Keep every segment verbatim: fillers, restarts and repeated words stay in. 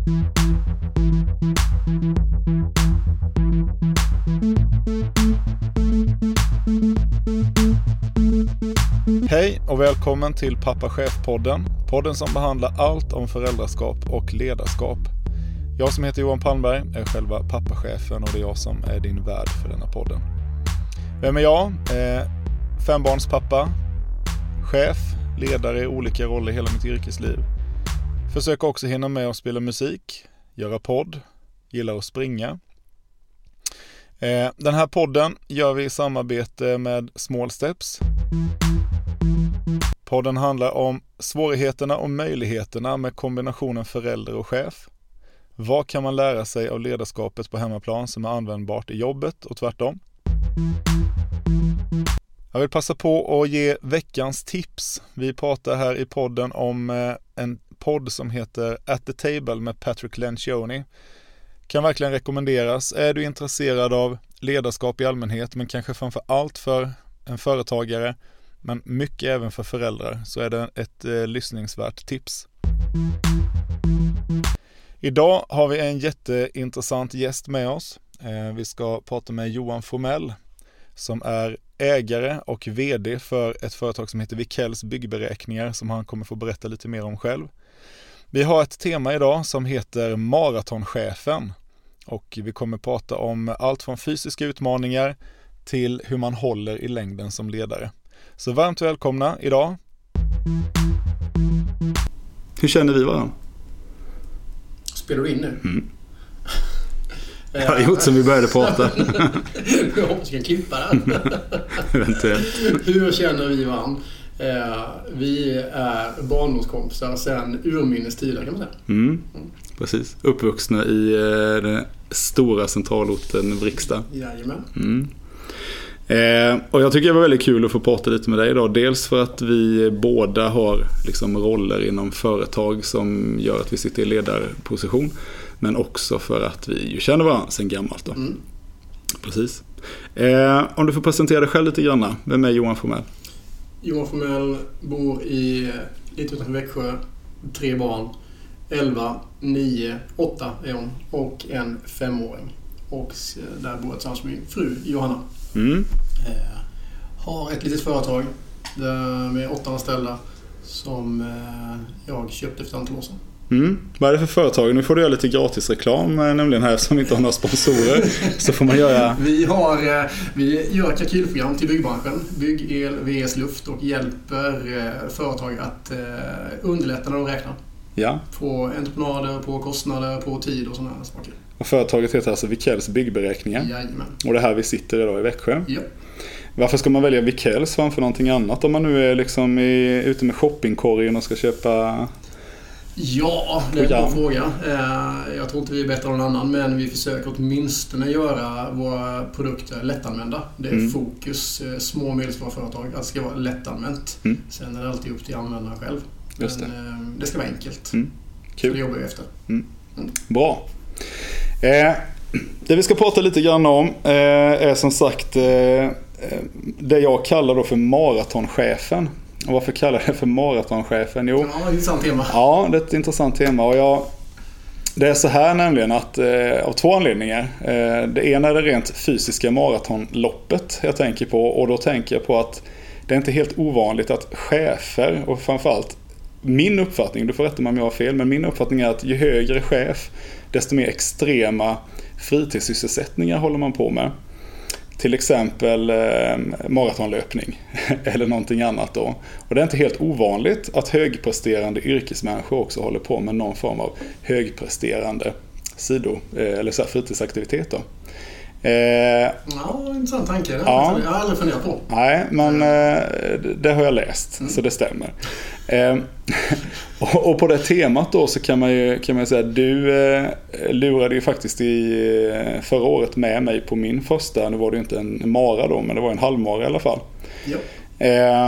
Hej och välkommen till Pappa Chef-podden. Podden som behandlar allt om föräldraskap och ledarskap. Jag som heter Johan Palmberg är själva pappachefen och det är jag som är din värd för denna podden. Vem är jag? Eh, fembarnspappa, chef, ledare i olika roller i hela mitt yrkesliv. Försöker också hinna med att spela musik, göra podd, gillar att springa. Eh, den här podden gör vi i samarbete med Small Steps. Podden handlar om svårigheterna och möjligheterna med kombinationen förälder och chef. Vad kan man lära sig av ledarskapet på hemmaplan som är användbart i jobbet och tvärtom? Jag vill passa på att ge veckans tips. Vi pratar här i podden om en podd som heter At the Table med Patrick Lencioni. Kan verkligen rekommenderas. Är du intresserad av ledarskap i allmänhet, men kanske framför allt för en företagare, men mycket även för föräldrar, så är det ett eh, lyssningsvärt tips. Idag har vi en jätteintressant gäst med oss. Eh, vi ska prata med Johan Formell som är ägare och vd för ett företag som heter Wikells byggberäkningar, som han kommer få berätta lite mer om själv. Vi har ett tema idag som heter maratonchefen och vi kommer prata om allt från fysiska utmaningar till hur man håller i längden som ledare. Så varmt välkomna idag. Hur känner vi varandra? Spelar du in nu? Mm. Jag har gjort som vi började prata. Jag hoppas jag kan klippa det. Eventuellt. Hur känner vi varandra? Vi är barndomskompisar sedan urminnes tider, kan man säga. Mm. Mm. Precis. Uppvuxna i den stora centralorten Vrigstad. Jajamän. Mm. Eh, och jag tycker det var väldigt kul att få prata lite med dig idag. Dels för att vi båda har liksom roller inom företag som gör att vi sitter i ledarposition. Men också för att vi ju känner varandra sedan gammalt då. Mm. Precis. Eh, om du får presentera dig själv lite grann. Vem är Johan Formell? Johan Formell bor i lite utanför Växjö. Tre barn. elva, nio, åtta är hon. Och en femåring. Och där bor jag tillsammans med min fru Johanna. Mm. Eh, har ett litet företag där med åtta anställda som eh, jag köpte för ett antal år sedan. Mm. Vad är det för företag? Nu får du göra lite gratis reklam, nämligen här som inte har några sponsorer. Så får man göra... Vi, har, eh, vi gör kalkylprogram till byggbranschen, bygg, el, V S, luft och hjälper eh, företag att eh, underlätta när de räknar. Ja. På entreprenader, på kostnader, på tid och sådana saker. Och företaget heter alltså Wikells byggberäkningar. Jajamän. Och det här vi sitter idag i Växjö. Ja. Varför ska man välja Wikells framför någonting annat om man nu är liksom i, ute med shoppingkorgen och ska köpa... Ja, det är en bra fråga. Jag tror inte vi är bättre än någon annan, men vi försöker åtminstone göra våra produkter lättanvända. Det är mm. fokus, små och medelstora företag, att det ska vara lättanvänt. Mm. Sen är det alltid upp till användaren själv. Just det. Men det ska vara enkelt. Mm. Kul. Så det jobbar vi efter. Mm. Mm. Bra. Eh, det vi ska prata lite grann om eh, är som sagt eh, det jag kallar då för maratonchefen. Och varför kallar jag det för maratonchefen? Jo, ja, det är ett intressant tema. Ja, det är ett intressant tema. Och jag, det är så här nämligen att eh, av två anledningar. Eh, det ena är det rent fysiska maratonloppet jag tänker på. Och då tänker jag på att det är inte helt ovanligt att chefer, och framförallt min uppfattning, du får rätta mig om jag har fel, men min uppfattning är att ju högre chef, desto mer extrema fritidssysselsättningar håller man på med. Till exempel eh, maratonlöpning eller någonting annat då. Och det är inte helt ovanligt att högpresterande yrkesmänniskor också håller på med någon form av högpresterande sido eh, eller så här fritidsaktivitet då. Eh, ja, intressant tanke. Det har jag aldrig funderat på. Nej, men eh, det har jag läst, mm. så det stämmer. Eh, och, och på det temat då så kan man ju, kan man ju säga att du eh, lurade ju faktiskt i eh, förra året med mig på min första, nu var det ju inte en mara då, men det var en halvmara i alla fall. Ja. Eh,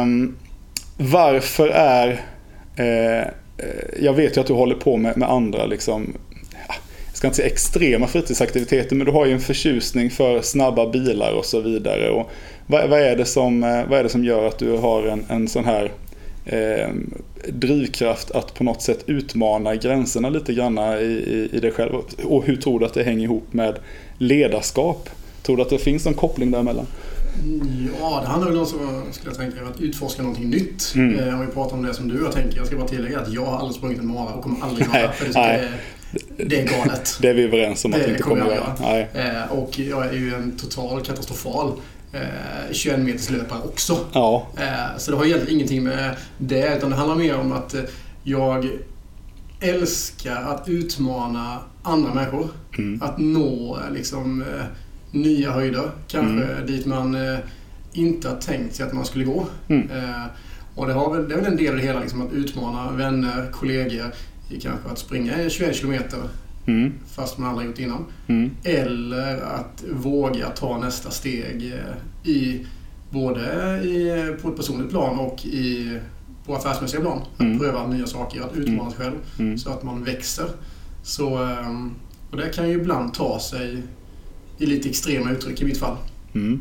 varför är eh, jag vet ju att du håller på med, med andra liksom, jag ska inte säga extrema fritidsaktiviteter, men du har ju en förtjusning för snabba bilar och så vidare. Och vad, vad, är det som, vad är det som gör att du har en, en sån här eh, drivkraft att på något sätt utmana gränserna lite grann i, i, i dig själv? Och hur tror du att det hänger ihop med ledarskap? Tror du att det finns en koppling däremellan? Ja, det handlar väl om, så skulle jag tänka, att utforska någonting nytt. Mm. Eh, om vi pratar om det som du jag tänker. Jag ska bara tillägga att jag har aldrig sprungit en mara och kommer aldrig göra. För det, Nej. det, det är galet. Det är vi överens om att det inte kommer jag göra. Nej. Eh, och jag är ju en total katastrofal eh, tjugoen meters löpare också. Ja. Eh, så det har egentligen ingenting med det, utan det handlar mer om att eh, jag älskar att utmana andra människor. Mm. Att nå liksom eh, nya höjder. Kanske mm. dit man eh, inte har tänkt sig att man skulle gå. Mm. Eh, och det, har väl, det är väl en del av det hela, liksom, att utmana vänner, kollegor i kanske att springa tjugoen kilometer mm. fast man aldrig gjort innan. Mm. Eller att våga ta nästa steg eh, i både i, på ett personligt plan och i, på affärsmässiga plan. Mm. Att pröva nya saker, att utmana mm. sig själv mm. så att man växer. Så, eh, och det kan ju ibland ta sig i lite extrema uttryck i mitt fall. Mm.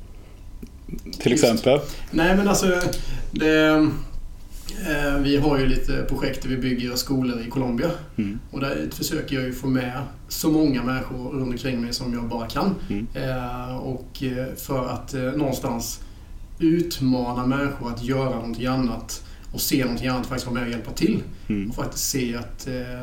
Till exempel? Just. Nej, men alltså det, eh, vi har ju lite projekt där vi bygger skolor i Colombia. Mm. Och där försöker jag ju få med så många människor runt omkring mig som jag bara kan. Mm. Eh, och för att eh, någonstans utmana människor att göra någonting annat och se någonting annat, faktiskt vara med och hjälpa till. Mm. Och faktiskt se att eh,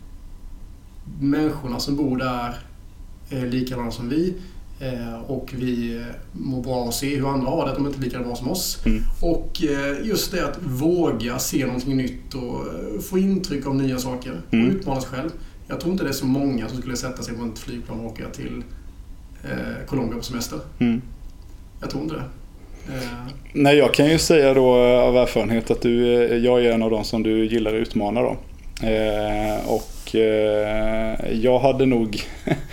människorna som bor där är likadana som vi. Och vi mår bra att se hur andra har det, att de inte är lika bra som oss. Mm. Och just det att våga se någonting nytt och få intryck av nya saker mm. och utmana sig själv. Jag tror inte det är så många som skulle sätta sig på ett flygplan och åka till eh, Colombia på semester. Mm. Jag tror inte det. Eh. Nej, jag kan ju säga då av erfarenhet att du, jag är en av dem som du gillar att utmana då. Eh, och eh, jag hade nog...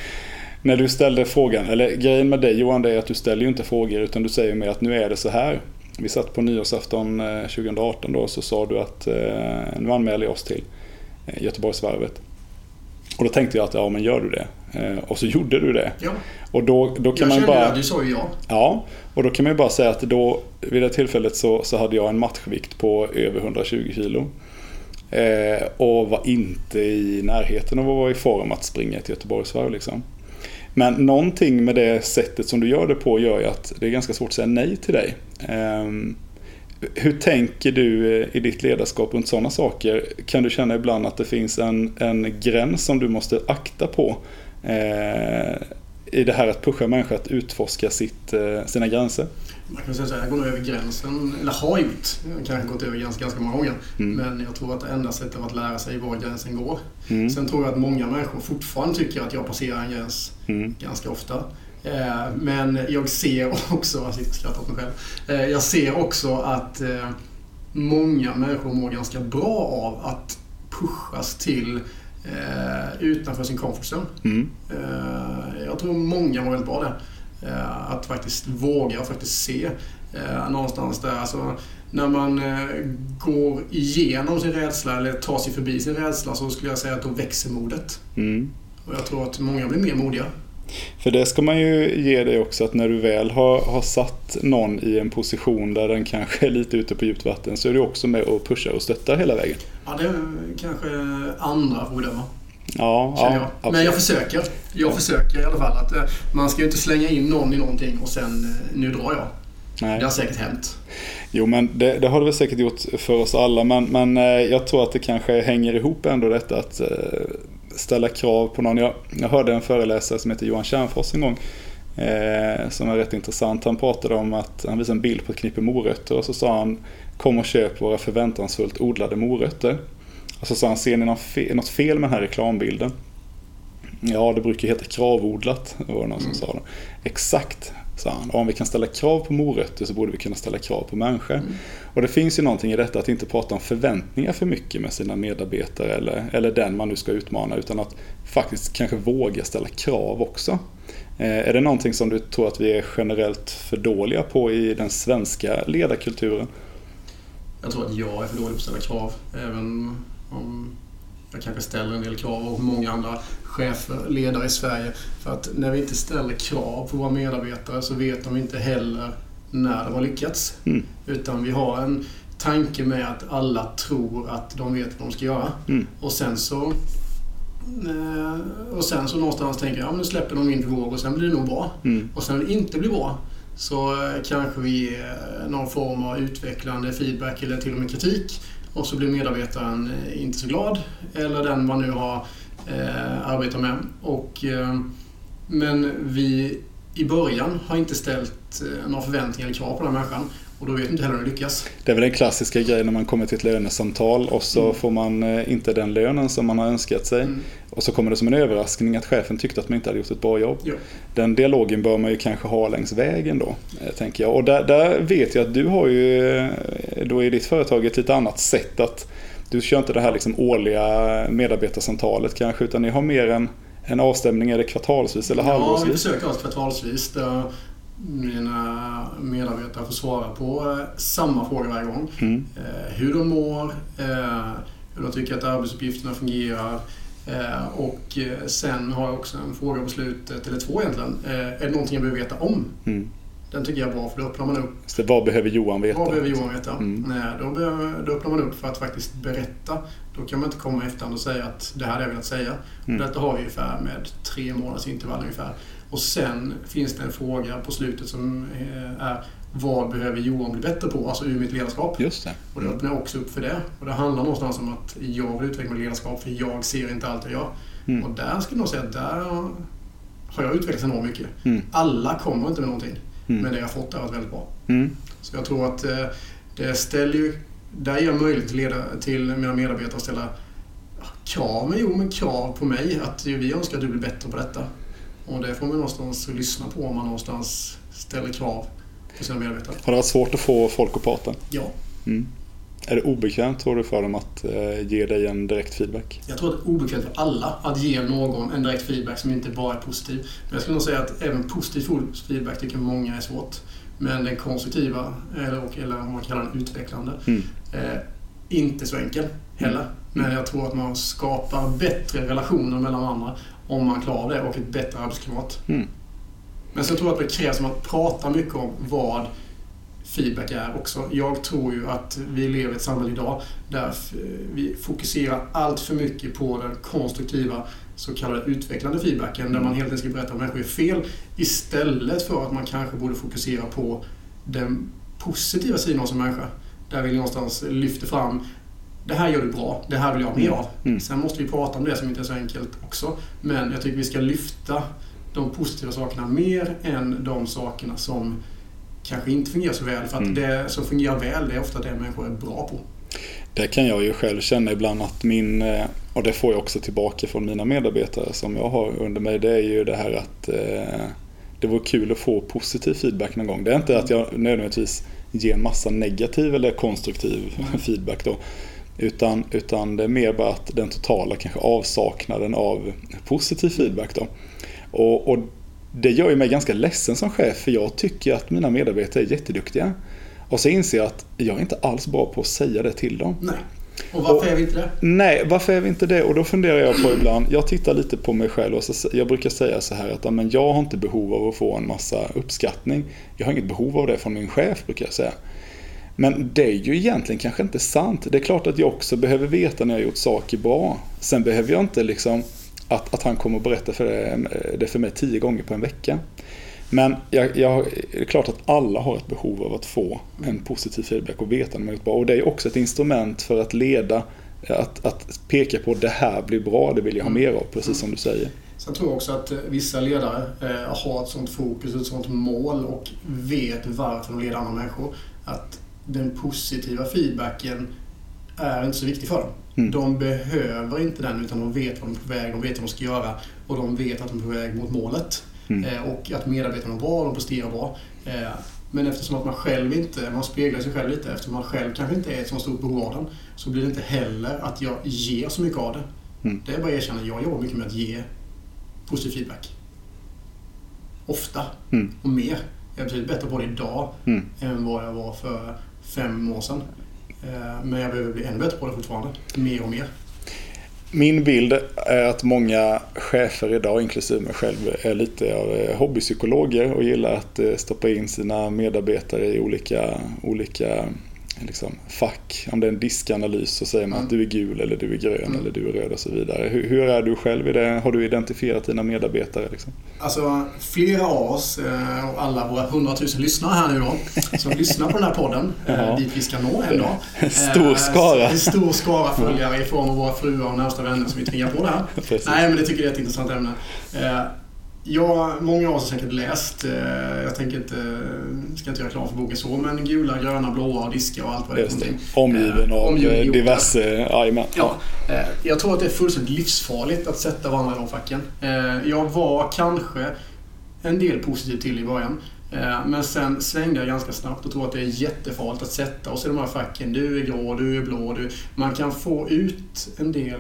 När du ställde frågan, eller grejen med dig Johan, det är att du ställer ju inte frågor utan du säger mig att nu är det så här. Vi satt på nyårsafton tjugo arton då, så sa du att eh, nu anmäler jag oss till eh, Göteborgsvarvet. Och då tänkte jag att ja, men gör du det? Eh, och så gjorde du det. Ja. Och då, då kan jag man bara... Det, du sa ju ja. Ja, och då kan man ju bara säga att då, vid det tillfället så, så hade jag en matchvikt på över hundratjugo kilo. Eh, och var inte i närheten av att vara i form att springa till Göteborgsvarv liksom. Men någonting med det sättet som du gör det på gör ju att det är ganska svårt att säga nej till dig. Um, hur tänker du i ditt ledarskap runt sådana saker? Kan du känna ibland att det finns en, en gräns som du måste akta på uh, i det här att pusha människor att utforska sitt, uh, sina gränser? Man kan säga att jag går över gränsen, eller har gjort. Jag kanske gått över gränsen ganska många gånger. Mm. Men jag tror att det enda sättet att lära sig var gränsen går. Mm. Sen tror jag att många människor fortfarande tycker att jag passerar en gräns mm. ganska ofta. Men jag ser också, jag sitter och skrattar åt mig själv. Jag ser också att många människor mår ganska bra av att pushas till utanför sin comfort zone. Mm. Jag tror många mår väldigt bra det. Att faktiskt våga och faktiskt se eh, någonstans där. Alltså, när man eh, går igenom sin rädsla eller tar sig förbi sin rädsla, så skulle jag säga att då växer modet. Mm. Och jag tror att många blir mer modiga. För det ska man ju ge dig också, att när du väl har, har satt någon i en position där den kanske är lite ute på djupt vatten, så är du också med och pushar och stöttar hela vägen. Ja, det är kanske andra får bedöma. Ja, ja, jag. Men jag försöker. Jag försöker i alla fall att man ska ju inte slänga in någon i någonting och sen nu drar jag. Nej. Det har säkert hänt. Jo, men det, det har det väl säkert gjort för oss alla. Men, men jag tror att det kanske hänger ihop ändå detta att ställa krav på någon. Jag, jag hörde en föreläsare som heter Johan Kärnfors en gång. Eh, som är rätt intressant. Han pratade om att han visade en bild på ett knippe morötter. Och så sa han, kom och köp våra förväntansfullt odlade morötter. Och så sa han, ser ni något fel, något fel med den här reklambilden? Ja, det brukar heta kravodlat, var det någon som mm. sa det. Exakt, sa han. Om vi kan ställa krav på morötter så borde vi kunna ställa krav på människor. Mm. Och det finns ju någonting i detta att inte prata om förväntningar för mycket med sina medarbetare eller, eller den man nu ska utmana, utan att faktiskt kanske våga ställa krav också. Eh, är det någonting som du tror att vi är generellt för dåliga på i den svenska ledarkulturen? Jag tror att jag är för dålig på att ställa krav, även om jag kanske ställer en del krav och många andra chefer, ledare i Sverige. För att när vi inte ställer krav på våra medarbetare så vet de inte heller när de har lyckats. Mm. Utan vi har en tanke med att alla tror att de vet vad de ska göra. Mm. Och sen så och sen så någonstans tänker jag, ja men nu släpper de in för våg och sen blir det nog bra. Mm. Och sen när det inte blir bra så kanske vi ger någon form av utvecklande feedback eller till och med kritik. Och så blir medarbetaren inte så glad. Eller den man nu har eh, arbetat med. Och, eh, men vi i början har inte ställt eh, några förväntningar eller krav på den människan. Och då vet inte heller hur det lyckas. Det är väl den klassiska grejen när man kommer till ett lönesamtal och så mm. får man eh, inte den lönen som man har önskat sig. Mm. Och så kommer det som en överraskning att chefen tyckte att man inte hade gjort ett bra jobb. Jo. Den dialogen bör man ju kanske ha längs vägen då, eh, tänker jag. Och där, där vet jag att du har ju då i ditt företag ett lite annat sätt att du kör inte det här liksom årliga medarbetarsamtalet kanske, utan ni har mer en, en avstämning, är det kvartalsvis eller halvårsvis? Ja, vi försöker oss kvartalsvis där mina medarbetare får svara på samma fråga varje gång. Mm. Eh, hur de mår, eh, hur de tycker att arbetsuppgifterna fungerar. Eh, och sen har jag också en fråga på slutet, eller två egentligen. Eh, är det någonting jag behöver veta om? Mm. Den tycker jag är bra, för då öppnar man upp. Så vad behöver Johan veta? Vad behöver Johan veta? Mm. Nej, då, behöver, då öppnar man upp för att faktiskt berätta. Då kan man inte komma efterhand och säga att det här är det jag vill säga. Mm. Och detta har vi ungefär med tre månaders intervall ungefär. Och sen finns det en fråga på slutet som är: vad behöver Johan bli bättre på? Alltså ur mitt ledarskap. Just det. Och det öppnar också upp för det. Och det handlar någonstans om att jag vill utveckla mitt ledarskap, för jag ser inte allt jag gör. Mm. Och där skulle jag nog säga att där har jag utvecklats enormt mycket. Mm. Alla kommer inte med någonting. Mm. Men det jag fått har varit väldigt bra. Mm. Så jag tror att eh, det ställer ju, där ger möjlighet till, leda, till mina medarbetare att ställa krav, men jo men krav på mig att vi önskar att du blir bättre på detta. Och det får man någonstans lyssna på om man någonstans ställer krav på sina medarbetare. Har det varit svårt att få folk att prata? Ja. Mm. Är det obekvämt, tror du, för dem att eh, ge dig en direkt feedback? Jag tror att det är obekvämt för alla att ge någon en direkt feedback som inte bara är positiv. Men jag skulle nog säga att även positiv feedback tycker många är svårt. Men den konstruktiva, eller, eller om man kallar den utvecklande, mm. eh, inte så enkel heller. Mm. Men jag tror att man skapar bättre relationer mellan andra om man klarar det, och ett bättre arbetsklimat. Mm. Men så tror jag att det krävs att man pratar mycket om vad feedback är också. Jag tror ju att vi lever i ett samhälle idag där vi fokuserar allt för mycket på den konstruktiva, så kallade utvecklande feedbacken, mm. där man helt enkelt ska berätta om människor är fel, istället för att man kanske borde fokusera på den positiva sidan av som människa. Där vi någonstans lyfter fram: det här gör du bra, det här vill jag ha mer av. Mm. Sen måste vi prata om det som inte är så enkelt också. Men jag tycker vi ska lyfta de positiva sakerna mer än de sakerna som kanske inte fungerar så väl. För att mm. det som fungerar väl, det är ofta det människor är bra på. Det kan jag ju själv känna ibland att min, och det får jag också tillbaka från mina medarbetare som jag har under mig, det är ju det här att eh, det vore kul att få positiv feedback någon gång. Det är inte att jag nödvändigtvis ger en massa negativ eller konstruktiv mm. feedback då. Utan, utan det är mer bara att den totala kanske avsaknaden av positiv feedback då. Och, och det gör ju mig ganska ledsen som chef, för jag tycker att mina medarbetare är jätteduktiga. Och så inser jag att jag är inte alls bra på att säga det till dem. Nej. Och varför och, är vi inte det? Nej, varför är vi inte det? Och då funderar jag på ibland, jag tittar lite på mig själv och så, jag brukar säga så här att ja, men jag har inte behov av att få en massa uppskattning. Jag har inget behov av det från min chef, brukar jag säga. Men det är ju egentligen kanske inte sant. Det är klart att jag också behöver veta när jag har gjort saker bra. Sen behöver jag inte liksom att, att han kommer att berätta för det, det för mig tio gånger på en vecka. Men jag, jag, det är klart att alla har ett behov av att få en positiv feedback och veta när man har gjort bra. Och det är också ett instrument för att leda, att, att peka på det här blir bra, det vill jag ha mer av, precis som du säger. Sen tror jag också att vissa ledare eh, har ett sånt fokus, ett sånt mål och vet varför de leder andra människor. Att den positiva feedbacken är inte så viktig för dem. Mm. De behöver inte den, utan de vet vad de är på väg, de vet vad de ska göra och de vet att de är på väg mot målet. Mm. Eh, och att medarbetarna är bra, de presterar bra. Eh, men eftersom att man själv inte, man speglar sig själv lite, eftersom man själv kanske inte är ett så stort behov av den, så blir det inte heller att jag ger så mycket av det. Mm. Det är bara att erkänna, jag jobbar mycket med att ge positiv feedback. Ofta. Mm. Och mer. Jag är betydligt bättre på det idag mm. än vad jag var för fem år sedan. Men jag behöver bli ännu bättre på det fortfarande. Mer och mer. Min bild är att många chefer idag, inklusive mig själv, är lite av hobbypsykologer och gillar att stoppa in sina medarbetare i olika, olika liksom, fack. Om det är en diskanalys så säger man mm. att du är gul eller du är grön mm. eller du är röd och så vidare. Hur, hur är du själv i det? Har du identifierat dina medarbetare? Liksom? Alltså flera av oss och alla våra hundratusen lyssnare här nu då som lyssnar på den här podden ja. dit vi ska nå en dag. Stor skara. En stor skara följare i form av våra fruar och närmsta vänner som vi tvingar på det här. Precis. Nej, men det tycker jag är ett intressant ämne. Jag, många av oss har säkert läst, jag tänker inte, ska inte göra klar för boken så, men gula, gröna, blåa och diska och allt vad det är för någonting. Omgiven av Omgiven diverse ajmen. Ja, jag tror att det är fullständigt livsfarligt att sätta varandra i de facken. Jag var kanske en del positiv till i början, men sen svängde jag ganska snabbt och tror att det är jättefarligt att sätta oss i de här facken. Du är grå, du är blå, du... Man kan få ut en del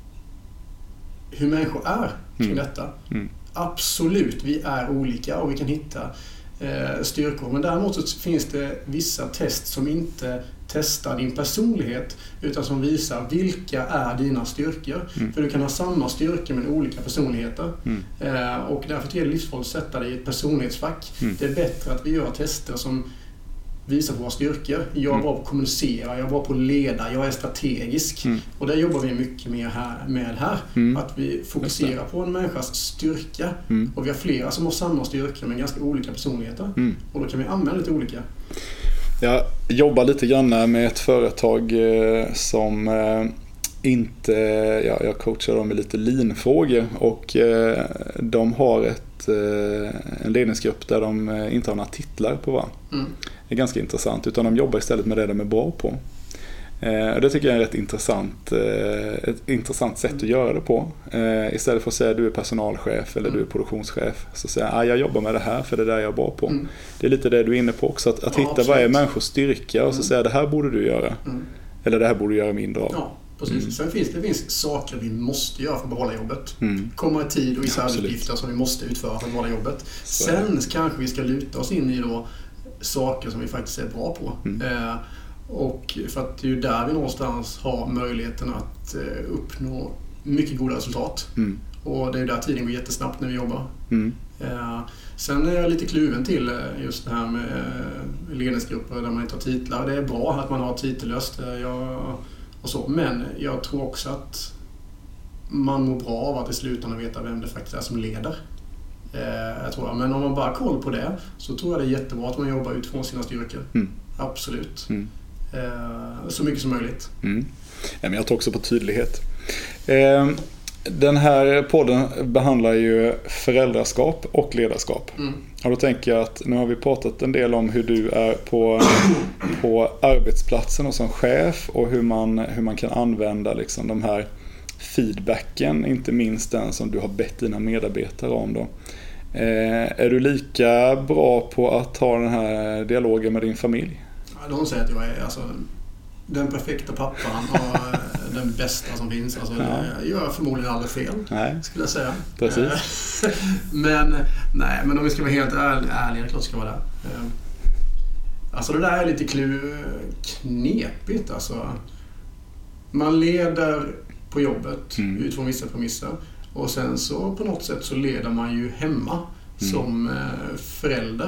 hur människor är kring mm. detta. Mm. Absolut, vi är olika och vi kan hitta eh, styrkor. Men däremot så finns det vissa test som inte testar din personlighet utan som visar vilka är dina styrkor. Mm. För du kan ha samma styrkor men olika personligheter. Mm. Eh, och därför är det livsfarligt att sätta dig i ett personlighetsfack. Mm. Det är bättre att vi gör tester som visar våra styrkor. Jag är mm. bra på att kommunicera, jag är bra på att leda, jag är strategisk. Mm. Och det jobbar vi mycket mer här, med här. Mm. Att vi fokuserar på en människas styrka. Mm. Och vi har flera som har samma styrkor men ganska olika personligheter. Mm. Och då kan vi använda lite olika. Jag jobbar lite grann med ett företag som inte... Ja, jag coachar dem med lite lean-frågor. Och de har ett, en ledningsgrupp där de inte har några titlar på varandra. Mm. Det är ganska intressant, utan de jobbar istället med det de är bra på. Eh, det tycker jag är ett intressant, eh, ett intressant sätt att göra det på. Eh, istället för att säga du är personalchef eller mm. du är produktionschef, så säga ah, jag jobbar med det här för det är det jag är bra på. Mm. Det är lite det du är inne på också, att, att ja, hitta absolut. Varje människors styrka och så mm. säga det här borde du göra. Mm. Eller det här borde du göra mindre av. Ja. Precis. Mm. Sen finns det finns saker vi måste göra för att behålla jobbet. Mm. Kommer i tid och vissa arbetsuppgifter som vi måste utföra för att behålla jobbet. Så. Sen kanske vi ska luta oss in i då saker som vi faktiskt är bra på. Mm. Eh, och för att det är ju där vi någonstans har möjligheten att eh, uppnå mycket goda resultat. Mm. Och det är ju där tiden går jättesnabbt när vi jobbar. Mm. Eh, sen är jag lite kluven till just det här med eh, ledningsgrupper där man inte har titlar. Det är bra att man har titellöst. Eh, jag, och så. Men jag tror också att man mår bra av att i slutändan veta vem det faktiskt är som leder. Jag tror jag. Men om man bara har koll på det så tror jag det är jättebra att man jobbar utifrån sina styrkor. Mm. Absolut. Mm. Så mycket som möjligt. Mm. Ja, men jag tar också på tydlighet. Den här podden behandlar ju föräldraskap och ledarskap. Mm. Och då tänker jag att nu har vi pratat en del om hur du är på, på arbetsplatsen och som chef och hur man, hur man kan använda liksom de här feedbacken, inte minst den som du har bett dina medarbetare om då. Eh, är du lika bra på att ta den här dialogen med din familj? Ja, de säger att jag är alltså, den perfekta pappan och den bästa som finns. Alltså, ja. Jag gör förmodligen aldrig fel, nej. Skulle jag säga. Precis. men, nej, men om vi ska vara helt ärliga, klart ska vara där. Alltså det där är lite knepigt. Alltså. Man leder på jobbet mm. utifrån vissa premisser. Och sen så på något sätt så leder man ju hemma mm. som förälder.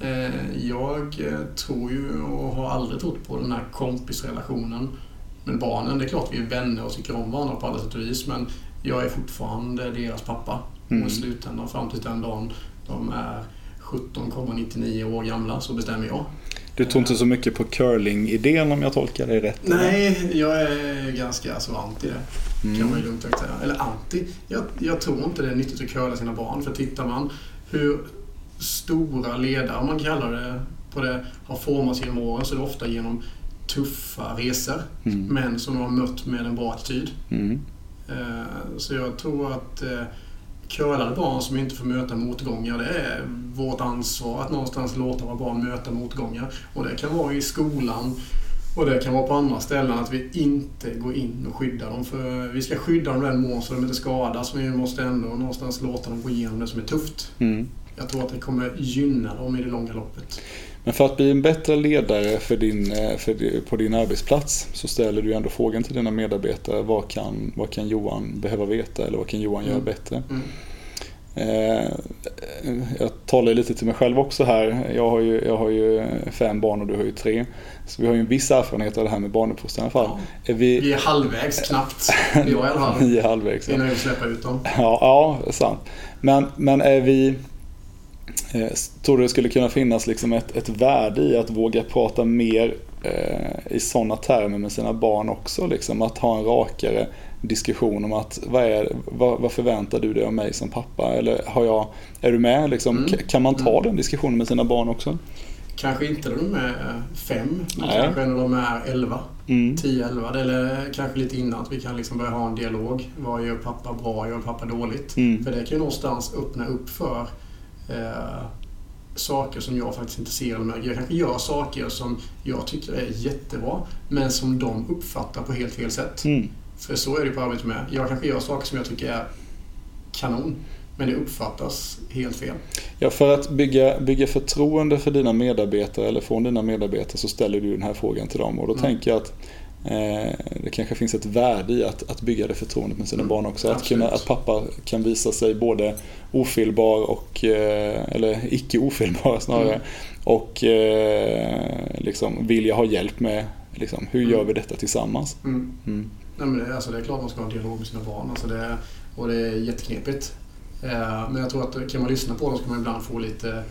Jag tror ju och har aldrig trott på den här kompisrelationen med barnen. Det är klart vi är vänner och tycker om varandra på alla sätt och vis, men jag är fortfarande deras pappa. Mm. Och i slutändan fram till den dagen de är sjutton komma nittionio år gamla så bestämmer jag. Du tror inte så mycket på curling-idén om jag tolkar det rätt? Nej, jag är ganska alltså anti det. Mm. Kan man ju lugnt säga. Eller anti. Jag, jag tror inte det är nyttigt att curla sina barn. För tittar man hur stora ledare, om man kallar det på det, har formats genom åren så är det ofta genom tuffa resor. Mm. Men som de har mött med en bra attityd. Mm. Så jag tror att curlade barn som inte får möta motgångar, det är vårt ansvar att någonstans låta våra barn möta motgångar. Och det kan vara i skolan och det kan vara på andra ställen att vi inte går in och skyddar dem. För vi ska skydda dem den mån så de inte skadas, men vi måste ändå någonstans låta dem gå igenom det som är tufft. Mm. Jag tror att det kommer gynna dem i det långa loppet. Men för att bli en bättre ledare för din, för, på din arbetsplats så ställer du ändå frågan till dina medarbetare. Vad kan, vad kan Johan behöva veta eller vad kan Johan mm. göra bättre? Mm. Eh, jag talar lite till mig själv också här. Jag har ju, jag har ju fem barn och du har ju tre. Så vi har ju en viss erfarenhet av det här med barnuppfostran i alla fall. Ja. Är vi... vi är halvvägs knappt. Vi är i alla fall. Vi är halvvägs. Innan vi släpper ut dem. Ja, ja, sant. Men, men är vi... Eh, tror du det skulle kunna finnas liksom ett, ett värde i att våga prata mer eh, i sådana termer med sina barn också? Liksom, att ha en rakare diskussion om att vad, är, vad, vad förväntar du dig av mig som pappa? Eller har jag, är du med? Liksom, mm. Kan man ta mm. den diskussionen med sina barn också? Kanske inte när de är fem, men Nej. kanske när de är elva, mm. tio, elva. Eller kanske lite innan att vi kan liksom börja ha en dialog. Vad gör pappa bra, vad gör pappa dåligt? Mm. För det kan ju någonstans öppna upp för eh, saker som jag faktiskt inte ser. Jag kanske gör saker som jag tycker är jättebra, men som de uppfattar på helt fel sätt. Mm. För så är det på arbetet med. Jag kanske gör saker som jag tycker är kanon, men det uppfattas helt fel. Ja, för att bygga, bygga förtroende för dina medarbetare eller från dina medarbetare så ställer du den här frågan till dem. Och då mm. tänker jag att eh, det kanske finns ett värde i att, att bygga det förtroendet med sina mm. barn också. Att, kunna, att pappa kan visa sig både ofelbar och, eh, eller icke ofelbar snarare. Mm. Och eh, liksom vilja ha hjälp med liksom, hur mm. gör vi detta tillsammans? Mm. Mm. Nej, men det, alltså, det är klart man ska ha en dialog med sina barn. Alltså det, och det är jätteknepigt. Men jag tror att kan man lyssna på dem så kan man ibland få lite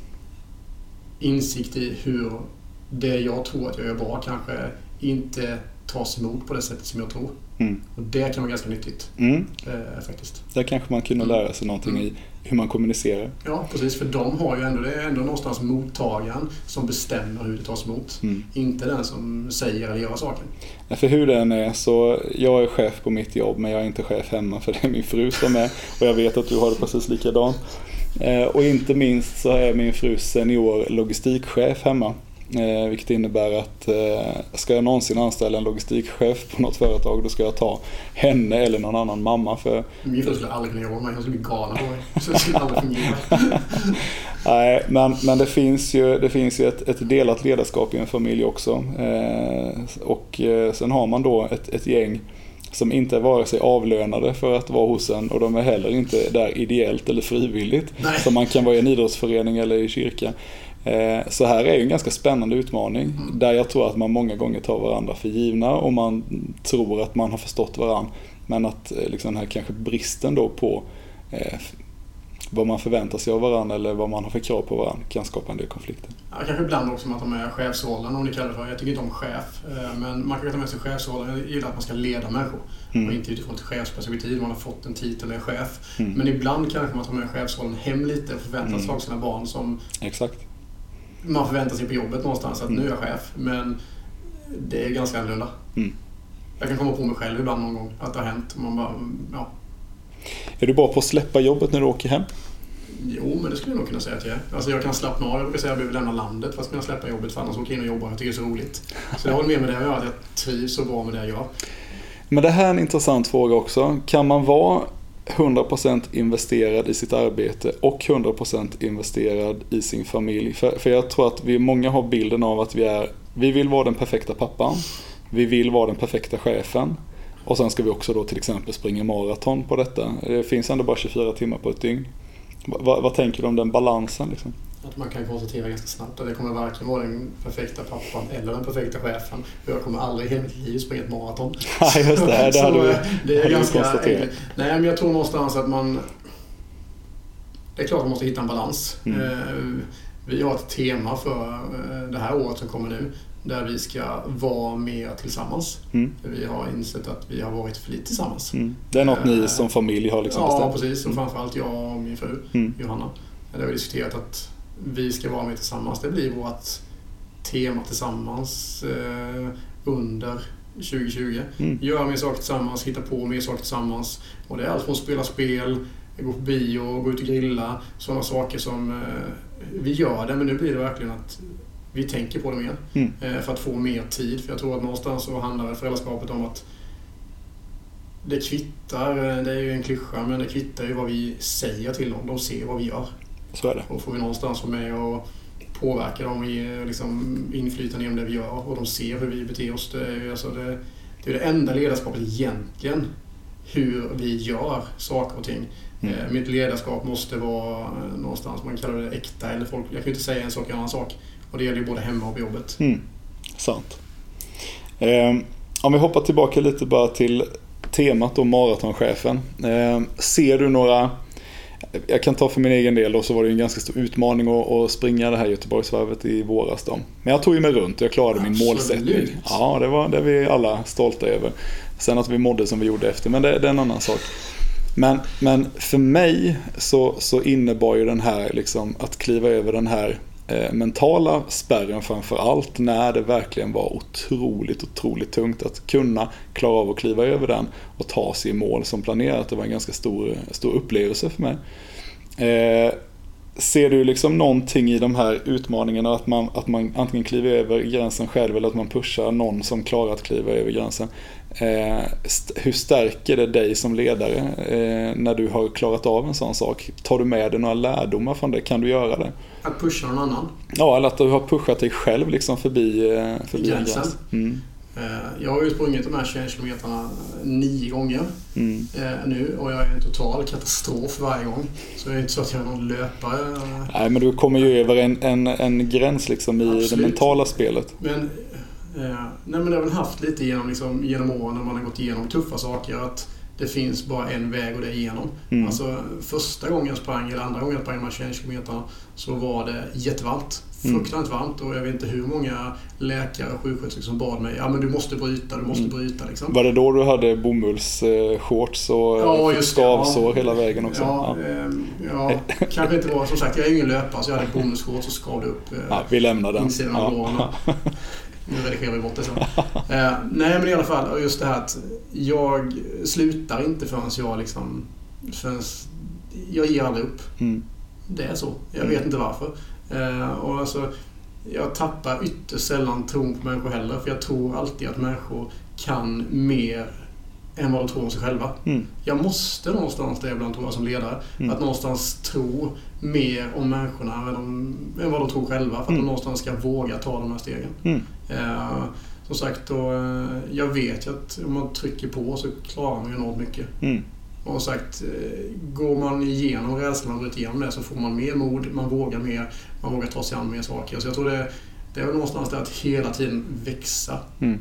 insikt i hur det jag tror att jag gör bra kanske inte tas emot på det sättet som jag tror. Mm. Och det kan vara ganska nyttigt mm. eh, faktiskt. Där kanske man kunde lära sig någonting mm. i hur man kommunicerar. Ja, precis. För de har ju ändå, det är ändå någonstans mottagaren som bestämmer hur det tas emot. Mm. Inte den som säger eller gör saken. Ja, för hur den är så, jag är chef på mitt jobb men jag är inte chef hemma för det är min fru som är. Och jag vet att du har det precis likadant. Eh, och inte minst så är min fru senior logistikchef hemma. Eh, vilket innebär att eh, ska jag någonsin anställa en logistikchef på något företag då ska jag ta henne eller någon annan mamma för... Min fru skulle aldrig kunna jobba med mig, jag skulle bli galen på mig. Så det skulle aldrig fungera. Nej, men, men det finns ju, det finns ju ett, ett delat ledarskap i en familj också. Eh, och eh, sen har man då ett, ett gäng som inte är vare sig avlönade för att vara hos en och de är heller inte där ideellt eller frivilligt. Nej. Som man kan vara i en idrottsförening eller i kyrka. Så här är ju en ganska spännande utmaning mm. där jag tror att man många gånger tar varandra för givna och man tror att man har förstått varandra, men att liksom den här kanske bristen då på eh, vad man förväntar sig av varandra eller vad man har för krav på varandra kan skapa en del konflikter. Ja, kanske ibland också med att de är chefsrollen, om ni kallar det för. Jag tycker inte om chef, men man kan ta med sig chefsrollen. Jag gillar att man ska leda människor mm. och inte utifrån ett chefsperspektiv. Man har fått en titel eller chef. Mm. Men ibland kanske man tar med chefsrollen hem lite och förväntar sig mm. av sina barn som... Exakt. Man förväntar sig på jobbet någonstans att mm. nu är jag chef, men det är ganska annorlunda. Mm. Jag kan komma på mig själv ibland någon gång att det har hänt. Man bara, ja. Är du bra på att släppa jobbet när du åker hem? Jo, men det skulle jag nog kunna säga att jag är. Alltså jag kan slappna av, jag brukar säga att jag behöver lämna landet fast jag släppa jobbet för annars åker jag in och jobbar. Jag tycker det är så roligt. Så jag håller med med det jag gör, att jag trivs så bra med det jag gör. Men det här är en intressant fråga också. Kan man vara hundra procent investerad i sitt arbete och hundra procent investerad i sin familj? För, för jag tror att vi många har bilden av att vi är, vi vill vara den perfekta pappan, vi vill vara den perfekta chefen och sen ska vi också då till exempel springa maraton på detta. Det finns ändå bara tjugofyra timmar på ett dygn. Va, vad tänker du om den balansen liksom? Att man kan konstatera ganska snabbt att det kommer varken vara den perfekta pappan eller den perfekta chefen. Jag kommer aldrig i mitt liv springa ett maraton. Ja, just det. Det hade vi, det är ganska enkelt. Nej, men jag tror någonstans att man... Det är klart att man måste hitta en balans. Mm. Vi har ett tema för det här året som kommer nu där vi ska vara mer tillsammans. Mm. Vi har insett att vi har varit för lite tillsammans. Mm. Det är något ni som familj har liksom bestämt. Ja, precis. Och framförallt jag och min fru, mm. Johanna. Där har vi diskuterat att vi ska vara med tillsammans. Det blir vårt tema tillsammans eh, under tjugo tjugo. Mm. Göra mer saker tillsammans, hitta på mer saker tillsammans. Och det är allt från att spela spel, gå på bio, gå ut och grilla. Sådana saker som eh, vi gör det, men nu blir det verkligen att vi tänker på det mer. Mm. Eh, för att få mer tid. För jag tror att någonstans så handlar föräldraskapet om att det kvittar, det är ju en klyscha, men det kvittar ju vad vi säger till dem. De ser vad vi gör. Så är det. Och får vi någonstans vara med och påverka dem i liksom inflytande genom det vi gör och de ser hur vi beter oss. Det är ju alltså det, det, är det enda ledarskapet egentligen hur vi gör saker och ting. Mm. Mitt ledarskap måste vara någonstans, man kallar det äkta, eller folk, jag kan inte säga en sak och en annan sak. Och det gäller ju både hemma och på jobbet. Mm. Sant. Eh, om vi hoppar tillbaka lite bara till temat då, maratonchefen. Eh, ser du några, jag kan ta för min egen del då, så var det en ganska stor utmaning att, att springa det här Göteborgsvarvet i våras då. Men jag tog ju mig runt och jag klarade Absolut. min målsättning. Ja, det var det vi alla stolta över. Sen att vi mådde som vi gjorde efter, men det, det är en annan sak. Men, men för mig så, så innebar ju den här liksom, att kliva över den här eh, mentala spärren framför allt, när det verkligen var otroligt, otroligt tungt att kunna klara av att kliva över den och ta sig i mål som planerat. Det var en ganska stor, stor upplevelse för mig. Eh, ser du liksom någonting i de här utmaningarna, att man, att man antingen kliver över gränsen själv eller att man pushar någon som klarar att kliva över gränsen? Eh, st- hur stärker det dig som ledare eh, när du har klarat av en sån sak? Tar du med dig några lärdomar från det? Kan du göra det? Att pusha någon annan? Ja, eller att du har pushat dig själv liksom förbi, eh, förbi gränsen. Gräns. Mm. Eh, jag har ju sprungit de här tjugo kilometerna nio gånger mm. eh, nu, och jag är en total katastrof varje gång. Så det är inte så att jag är någon löpare. Nej, men du kommer ju över en, en, en gräns liksom i Absolut. det mentala spelet. Men Eh, nej men det har väl haft lite genom, liksom, genom åren när man har gått igenom tuffa saker, att det finns bara en väg och det är igenom. Mm. Alltså första gången jag sprang eller andra gången jag sprang de här tjugo kilometerna så var det jättevarmt. Fruktansvärt mm. varmt, och jag vet inte hur många läkare och sjuksköterskor som bad mig, ja men du måste bryta, du måste mm. bryta liksom. Var det då du hade bomullsshorts och ja, skavsår ja. hela vägen också? Ja, ja. Eh, ja kanske inte var, som sagt jag är ingen löpare så jag hade bomullshorts och skavde upp eh, ja, vi lämnar den. Ja. Nu redigerar vi bort det så. eh, nej men i alla fall, just det här att jag slutar inte förrän jag liksom, förrän jag ger aldrig upp. Mm. Det är så. Jag vet mm. inte varför. Eh, och alltså, jag tappar ytterst sällan tron på människor heller, för jag tror alltid att människor kan mer än vad de tror om sig själva. Mm. Jag måste någonstans där ibland, tror jag som ledare, mm. att någonstans tro mer om människorna än, de, än vad de tror själva, för att mm. de någonstans ska våga ta de här stegen. Mm. Eh, som sagt, och, eh, jag vet ju att om man trycker på så klarar man ju enormt mycket. Mm. Och sagt, eh, går man igenom rädslan och bryter igenom det så får man mer mod, man vågar mer, man vågar ta sig an mer saker. Så jag tror det, det är någonstans där att hela tiden växa. Mm.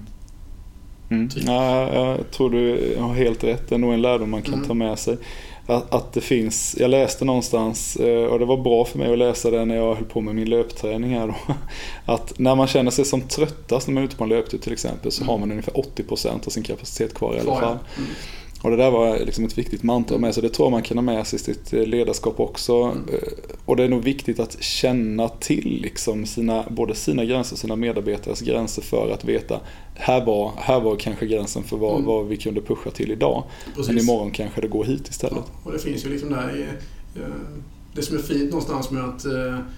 Mm. Ja, jag tror du har helt rätt. Det är nog en lärdom man kan mm. ta med sig. Att, att det finns, jag läste någonstans, och det var bra för mig att läsa det när jag höll på med min löpträning här då, att när man känner sig som tröttast när man är ute på en löptur till exempel, så mm. har man ungefär åttio procent av sin kapacitet kvar i alla fall. Mm. Och det där var liksom ett viktigt mantra med, så det tror jag man kan ha med sig i sitt ledarskap också. Mm. Och det är nog viktigt att känna till liksom sina, både sina gränser och sina medarbetares gränser, för att veta, här var, här var kanske gränsen för vad, mm. vad vi kunde pusha till idag. Precis. Men imorgon kanske det går hit istället. Ja, och det finns ju liksom där, det som är fint någonstans med att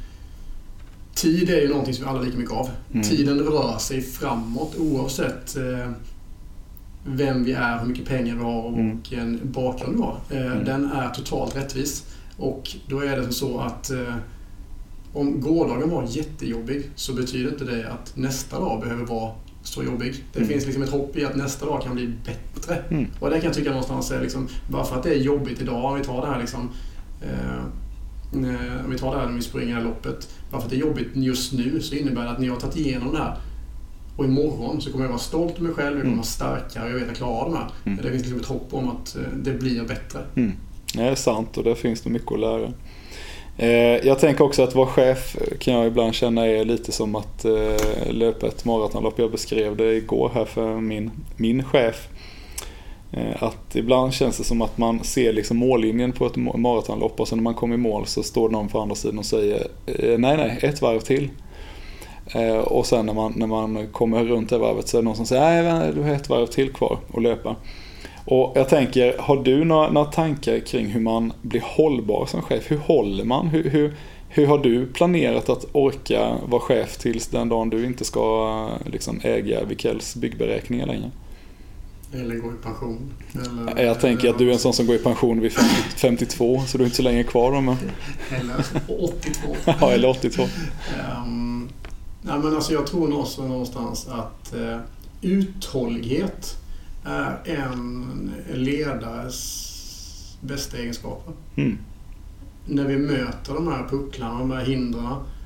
tid är ju någonting som vi alla lika mycket av. Mm. Tiden rör sig framåt oavsett vem vi är, hur mycket pengar vi har och mm. vilken bakgrund vi har. Eh, mm. Den är totalt rättvis. Och då är det så att eh, om gårdagen var jättejobbig så betyder inte det att nästa dag behöver vara så jobbig. Det mm. finns liksom ett hopp i att nästa dag kan bli bättre. Mm. Och det kan jag tycka någonstans är liksom, bara för att det är jobbigt idag, om vi tar det här liksom, eh, om vi tar det här när vi springer det här loppet, bara för att det är jobbigt just nu så innebär det att ni har tagit igenom det här. Och imorgon så kommer jag vara stolt över mig själv, jag kommer vara starkare och jag vet att jag klarar av det här. Mm. Det finns liksom ett hopp om att det blir bättre. Mm. Ja, det är sant, och där finns det mycket att lära. Eh, jag tänker också att vara chef kan jag ibland känna är lite som att eh, löpa ett maratonlopp. Jag beskrev det igår här för min, min chef. Eh, att ibland känns det som att man ser liksom mållinjen på ett maratonlopp, och så när man kommer i mål så står någon på andra sidan och säger eh, nej, nej, ett varv till. Eh, och sen när man, när man kommer runt det varvet så är det någon som säger nej, du har ett varv till kvar att löpa. Och jag tänker, har du några, några tankar kring hur man blir hållbar som chef? Hur håller man? Hur, hur, hur har du planerat att orka vara chef tills den dagen du inte ska liksom äga Wikells byggberäkningar längre? Eller gå i pension. Eller, jag tänker att du är en sån som går i pension vid femtio, femtiotvå, så du är inte så länge kvar då. Men... Eller åttiotvå. Ja, eller åttiotvå. Um, nej, men alltså jag tror någonstans att uh, uthållighet är en ledares bästa egenskaper. Mm. När vi möter de här pucklarna, de här hindren,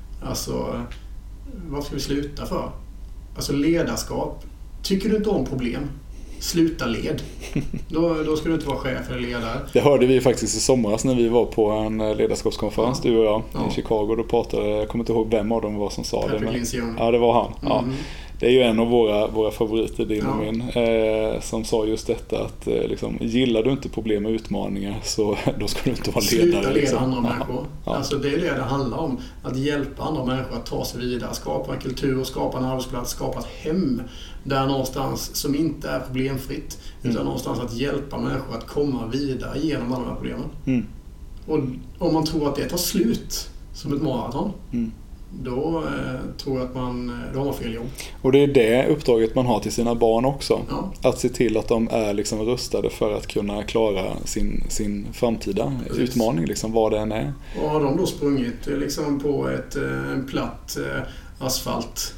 alltså vad ska vi sluta för? Alltså ledarskap. Tycker du inte om problem? Sluta led. Då, då ska du inte vara chef eller ledare. Det hörde vi faktiskt i somras när vi var på en ledarskapskonferens, ja. du och jag, ja. i Chicago. Då pratade, jag kommer inte ihåg vem av dem var som sa Patrick det. Men, ja, det var han. Ja. Mm. Det är ju en av våra, våra favoriter, din ja. och min, eh, som sa just detta att eh, liksom, gillar du inte problem och utmaningar så då ska du inte vara ledare. Sluta leda liksom. andra ja. människor. Ja. Alltså det är det det handlar om. Att hjälpa andra människor att ta sig vidare. Skapa en kultur, skapa en arbetsplats, skapa ett hem där någonstans som inte är problemfritt. Mm. Utan någonstans att hjälpa människor att komma vidare genom alla de här problemen. Mm. Och om man tror att det tar slut som ett maraton, mm. då eh, tror jag att man, då har man fel jobb. Och det är det uppdraget man har till sina barn också. Ja. Att se till att de är liksom rustade för att kunna klara sin, sin framtida Precis. utmaning, liksom, vad det än är. Och har de då sprungit liksom på ett, en platt eh, asfalt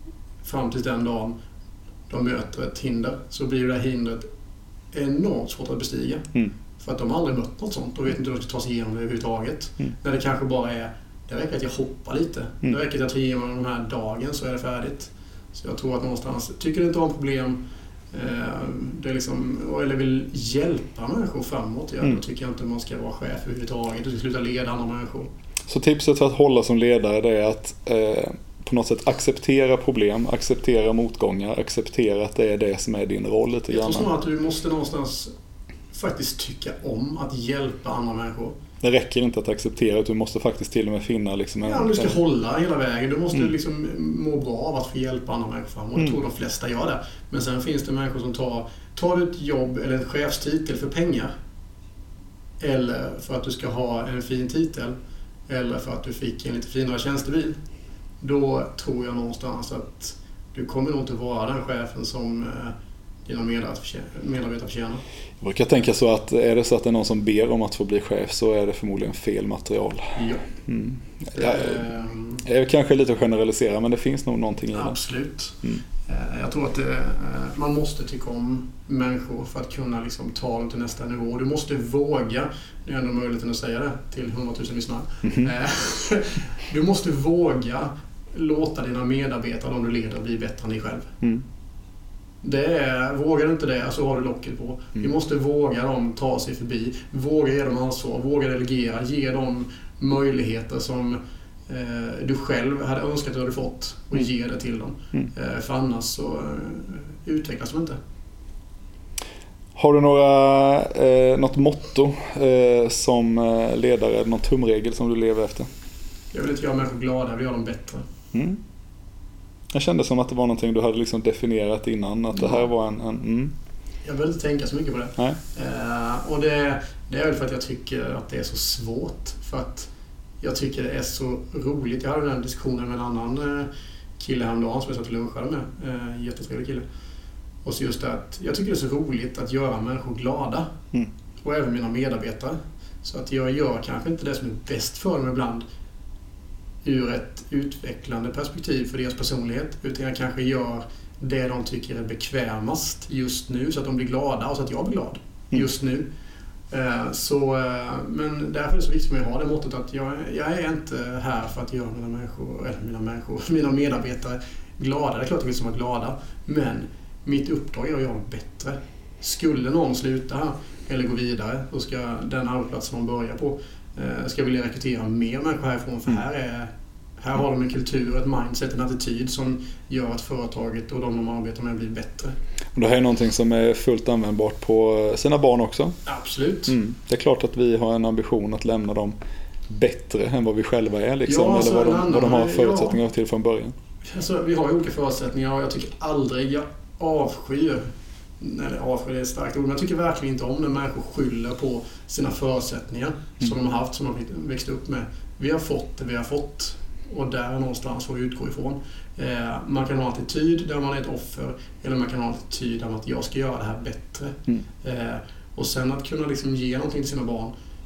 fram till den dagen de möter ett hinder, så blir det här hindret enormt svårt att bestiga. Mm. För att de har aldrig mött något sånt och vet inte hur de ska ta sig igenom det överhuvudtaget. Mm. När det kanske bara är, det räcker att jag hoppar lite. Mm. Det räcker att jag tar igenom den här dagen så är det färdigt. Så jag tror att någonstans, tycker du inte om problem eh, det är liksom, eller vill hjälpa människor framåt, ja, mm. då tycker jag inte man ska vara chef överhuvudtaget. Du ska sluta leda andra människor. Så tipset för att hålla som ledare, det är att eh, på något sätt acceptera problem, acceptera motgångar, acceptera att det är det som är din roll lite grann. Jag tror snarare att du måste någonstans faktiskt tycka om att hjälpa andra människor. Det räcker inte att acceptera, att du måste faktiskt till och med finna liksom en... Ja, du ska hålla hela vägen. Du måste mm. liksom må bra av att få hjälpa andra människor framåt. Jag mm. tror de flesta gör det. Men sen finns det människor som tar, tar ett jobb eller en chefstitel för pengar. Eller för att du ska ha en fin titel. Eller för att du fick en lite finare tjänstebil. Då tror jag någonstans att du kommer nog inte vara den chefen som dina medarbetare förtjänar. Jag brukar tänka så att är det så att det är någon som ber om att få bli chef så är det förmodligen fel material. Ja. Mm. Jag, jag är kanske lite generalisera, men det finns nog någonting i det. Absolut. Mm. Jag tror att det, man måste tycka om människor för att kunna liksom ta dem till nästa nivå. Du måste våga, det är ändå möjligheten att säga det till hundratusen lyssnare. Mm-hmm. Du måste våga låta dina medarbetare, de du leder, bli bättre än dig själv. Mm. Det är, vågar du inte det så har du locket på. Mm. Vi måste våga dem ta sig förbi. Våga ge dem ansvar, våga delegera, ge dem möjligheter som eh, du själv hade önskat att du hade fått och mm. ge det till dem. Mm. Eh, för annars så eh, utvecklas de inte. Har du några, eh, något motto eh, som ledare, någon tumregel som du lever efter? Jag vill inte göra människor glada, jag vill göra dem bättre. Mm. Jag kände som att det var någonting du hade liksom definierat innan, att det här var en... en mm. Jag vill inte tänka så mycket på det. Nej. Uh, och det, det är väl för att jag tycker att det är så svårt. För att jag tycker det är så roligt. Jag hade den diskussionen med en annan uh, kille häromdagen som jag satt och lunchade med. Uh, jättetrevlig kille. Och så just det att jag tycker det är så roligt att göra människor glada. Mm. Och även mina medarbetare. Så att jag gör kanske inte det som är bäst för dem ibland ur ett utvecklande perspektiv för deras personlighet, utan jag kanske gör det de tycker är bekvämast just nu så att de blir glada och så att jag blir glad just nu. Så, men därför är det så viktigt för mig att ha det måttet att jag, jag är inte här för att göra mina människor, eller mina människor, mina medarbetare glada. Det är klart att jag vill vara glada, men mitt uppdrag är att göra dem bättre. Skulle någon sluta här eller gå vidare, då ska den arbetsplatsen de börjar på ska vilja rekrytera mer människor härifrån, för här, är, här har de en kultur, ett mindset, en attityd som gör att företaget och de de arbetar med blir bättre. Och det här är någonting som är fullt användbart på sina barn också. Absolut. Mm. Det är klart att vi har en ambition att lämna dem bättre än vad vi själva är, liksom, ja, eller vad de, annan, vad de har förutsättningar ja. till från början. Alltså, vi har ju olika förutsättningar och jag tycker aldrig, jag avskyr, eller avskyr är ett starkt ord, men jag tycker verkligen inte om när människor skyller på sina förutsättningar mm. som de har haft, som de har växt upp med. Vi har fått det vi har fått och där någonstans får vi utgå ifrån. Eh, man kan ha en attityd där man är ett offer, eller man kan ha en attityd där man att jag ska göra det här bättre. Mm. Eh, och sen att kunna liksom ge någonting till sina barn.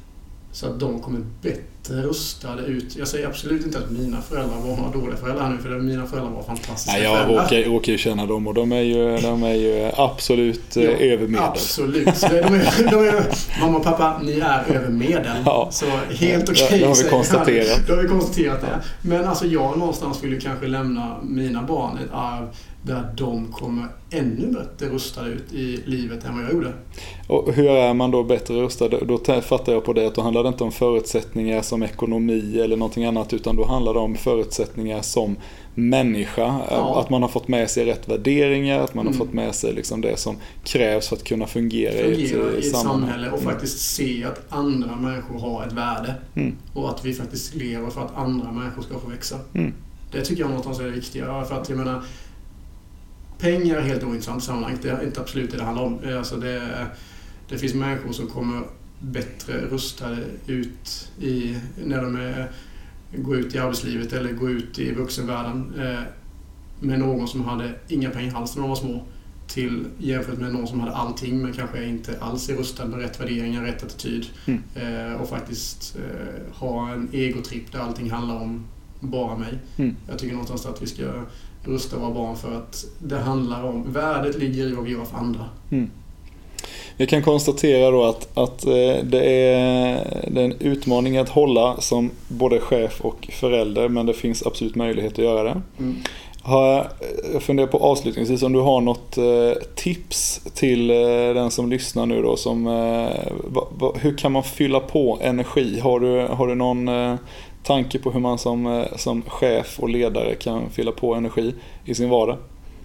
Så att de kommer bättre rustade ut. Jag säger absolut inte att mina föräldrar var dåliga föräldrar nu, för mina föräldrar var fantastiska. Nej, jag föräldrar. råkar, råkar ju känna dem och de är ju, de är ju absolut ja, över medel. Absolut. Så de är, de är, mamma och pappa, ni är över medel. Ja. Så helt okej. Okay, det har vi konstaterat. Då har vi konstaterat det. Men alltså jag någonstans vill ju kanske lämna mina barn ett arv där de kommer ännu bättre rustade ut i livet än vad jag gjorde. Och hur är man då bättre rustad? Då fattar jag på det att då handlar det inte om förutsättningar som ekonomi eller någonting annat, utan då handlar det om förutsättningar som människa. Ja. Att man har fått med sig rätt värderingar, att man mm. har fått med sig liksom det som krävs för att kunna fungera, fungera i ett, i ett samhälle och mm. faktiskt se att andra människor har ett värde mm. och att vi faktiskt lever för att andra människor ska få växa. Mm. Det tycker jag någonstans är det viktiga, för att jag menar, pengar är helt ointressant i sammanhanget. Det är inte absolut det det handlar om. Alltså det, det finns människor som kommer bättre rustade ut i, när de är, går ut i arbetslivet eller går ut i vuxenvärlden eh, med någon som hade inga pengar alls när de var små, till jämfört med någon som hade allting men kanske inte alls är rustad med rätt värderingar, rätt attityd mm. eh, och faktiskt eh, ha en egotripp där allting handlar om bara mig. Mm. Jag tycker någonstans att vi ska rusta våra barn, för att det handlar om, värdet ligger i vad vi gör för andra. Mm. Vi kan konstatera då att, att det, är, det är en utmaning att hålla som både chef och förälder, men det finns absolut möjlighet att göra det. Mm. Jag funderar på avslutningsvis om du har något tips till den som lyssnar nu då, som, hur kan man fylla på energi? Har du, har du någon tanke på hur man som, som chef och ledare kan fylla på energi i sin vardag?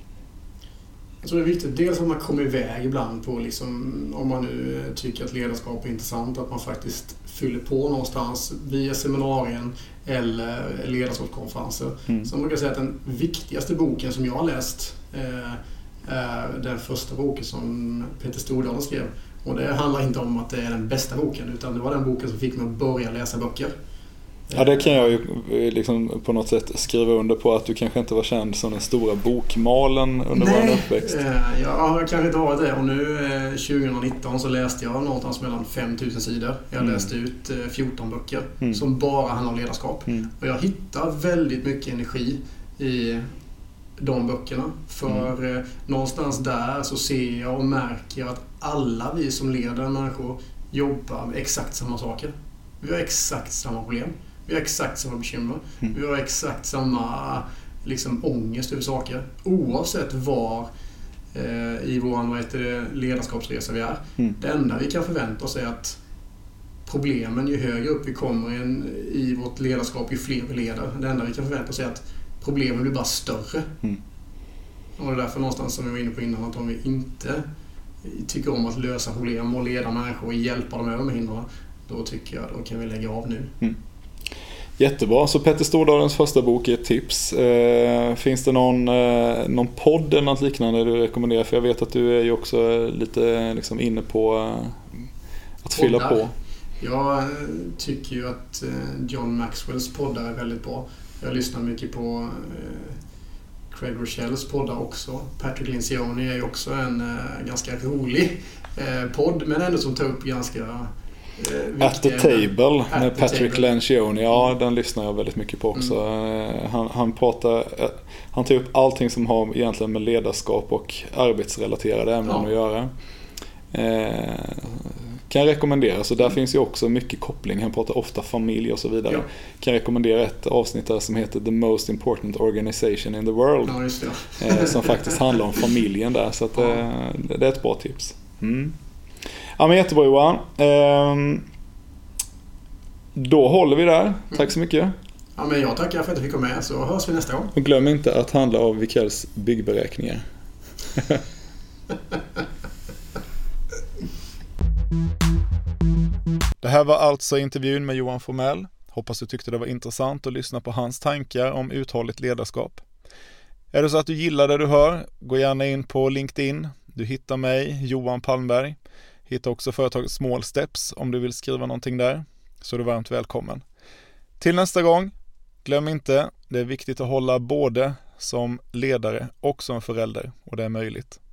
Jag tror det är viktigt, dels att man kommer iväg ibland på, liksom, om man nu tycker att ledarskap är intressant, att man faktiskt fyller på någonstans via seminarien eller ledarskapskonferenser. Mm. Så man brukar säga att den viktigaste boken som jag har läst eh, är den första boken som Peter Stordalen skrev. Och det handlar inte om att det är den bästa boken, utan det var den boken som fick mig att börja läsa böcker. Ja, det kan jag ju liksom på något sätt skriva under på, att du kanske inte var känd som den stora bokmalen under vår uppväxt. Nej, jag har kanske inte varit det. Och nu tjugonitton så läste jag någonstans mellan fem tusen sidor. Jag mm. läste ut fjorton böcker mm. som bara handlar om ledarskap. Mm. Och jag hittar väldigt mycket energi i de böckerna. För mm. någonstans där så ser jag och märker att alla vi som leder människor jobbar med exakt samma saker. Vi har exakt samma problem. Vi har exakt samma bekymmer. Mm. Vi har exakt samma liksom, ångest över saker. Oavsett var eh, i vår vad heter det, ledarskapsresa vi är. Mm. Det enda vi kan förvänta oss är att problemen, ju högre upp vi kommer in i vårt ledarskap, ju fler vi leder. Det enda vi kan förvänta oss är att problemen blir bara större. Mm. Och det är därför någonstans som vi var inne på innan, att om vi inte tycker om att lösa problem och leda människor och hjälpa dem över med hindren, då tycker jag då kan vi lägga av nu. Mm. Jättebra, så Petter Stordalens första bok är ett tips. Eh, finns det någon, eh, någon podd eller något liknande du rekommenderar? För jag vet att du är ju också lite liksom, inne på eh, att fylla poddar. på. Jag tycker ju att eh, John Maxwells poddar är väldigt bra. Jag lyssnar mycket på eh, Craig Rochells poddar också. Patrick Lencioni är ju också en eh, ganska rolig eh, podd, men ändå som tar upp ganska At the Table At med the Patrick table. Lencioni, ja, den lyssnar jag väldigt mycket på också. Mm. Han, han pratar, han tar upp allting som har egentligen med ledarskap och arbetsrelaterade ämnen ja. att göra. Eh, kan jag rekommendera, så där mm. finns ju också mycket koppling. Han pratar ofta familj och så vidare. Ja. Kan jag rekommendera ett avsnitt där som heter The Most Important Organization in the World. Ja, just det. eh, som faktiskt handlar om familjen där, så att, ja. eh, det är ett bra tips. Mm. Ja, men jättebra Johan. Ehm, då håller vi där. Tack så mycket. Ja, men jag tackar för att du fick komma med, så hörs vi nästa gång. Och glöm inte att handla av Vikells byggberäkningar. Det här var alltså intervjun med Johan Formell. Hoppas du tyckte det var intressant att lyssna på hans tankar om uthålligt ledarskap. Är det så att du gillar det du hör, gå gärna in på LinkedIn. Du hittar mig, Johan Palmberg. Hitta också företaget Small Steps om du vill skriva någonting där. Så är du varmt välkommen. Till nästa gång, glöm inte, det är viktigt att hålla både som ledare och som förälder. Och det är möjligt.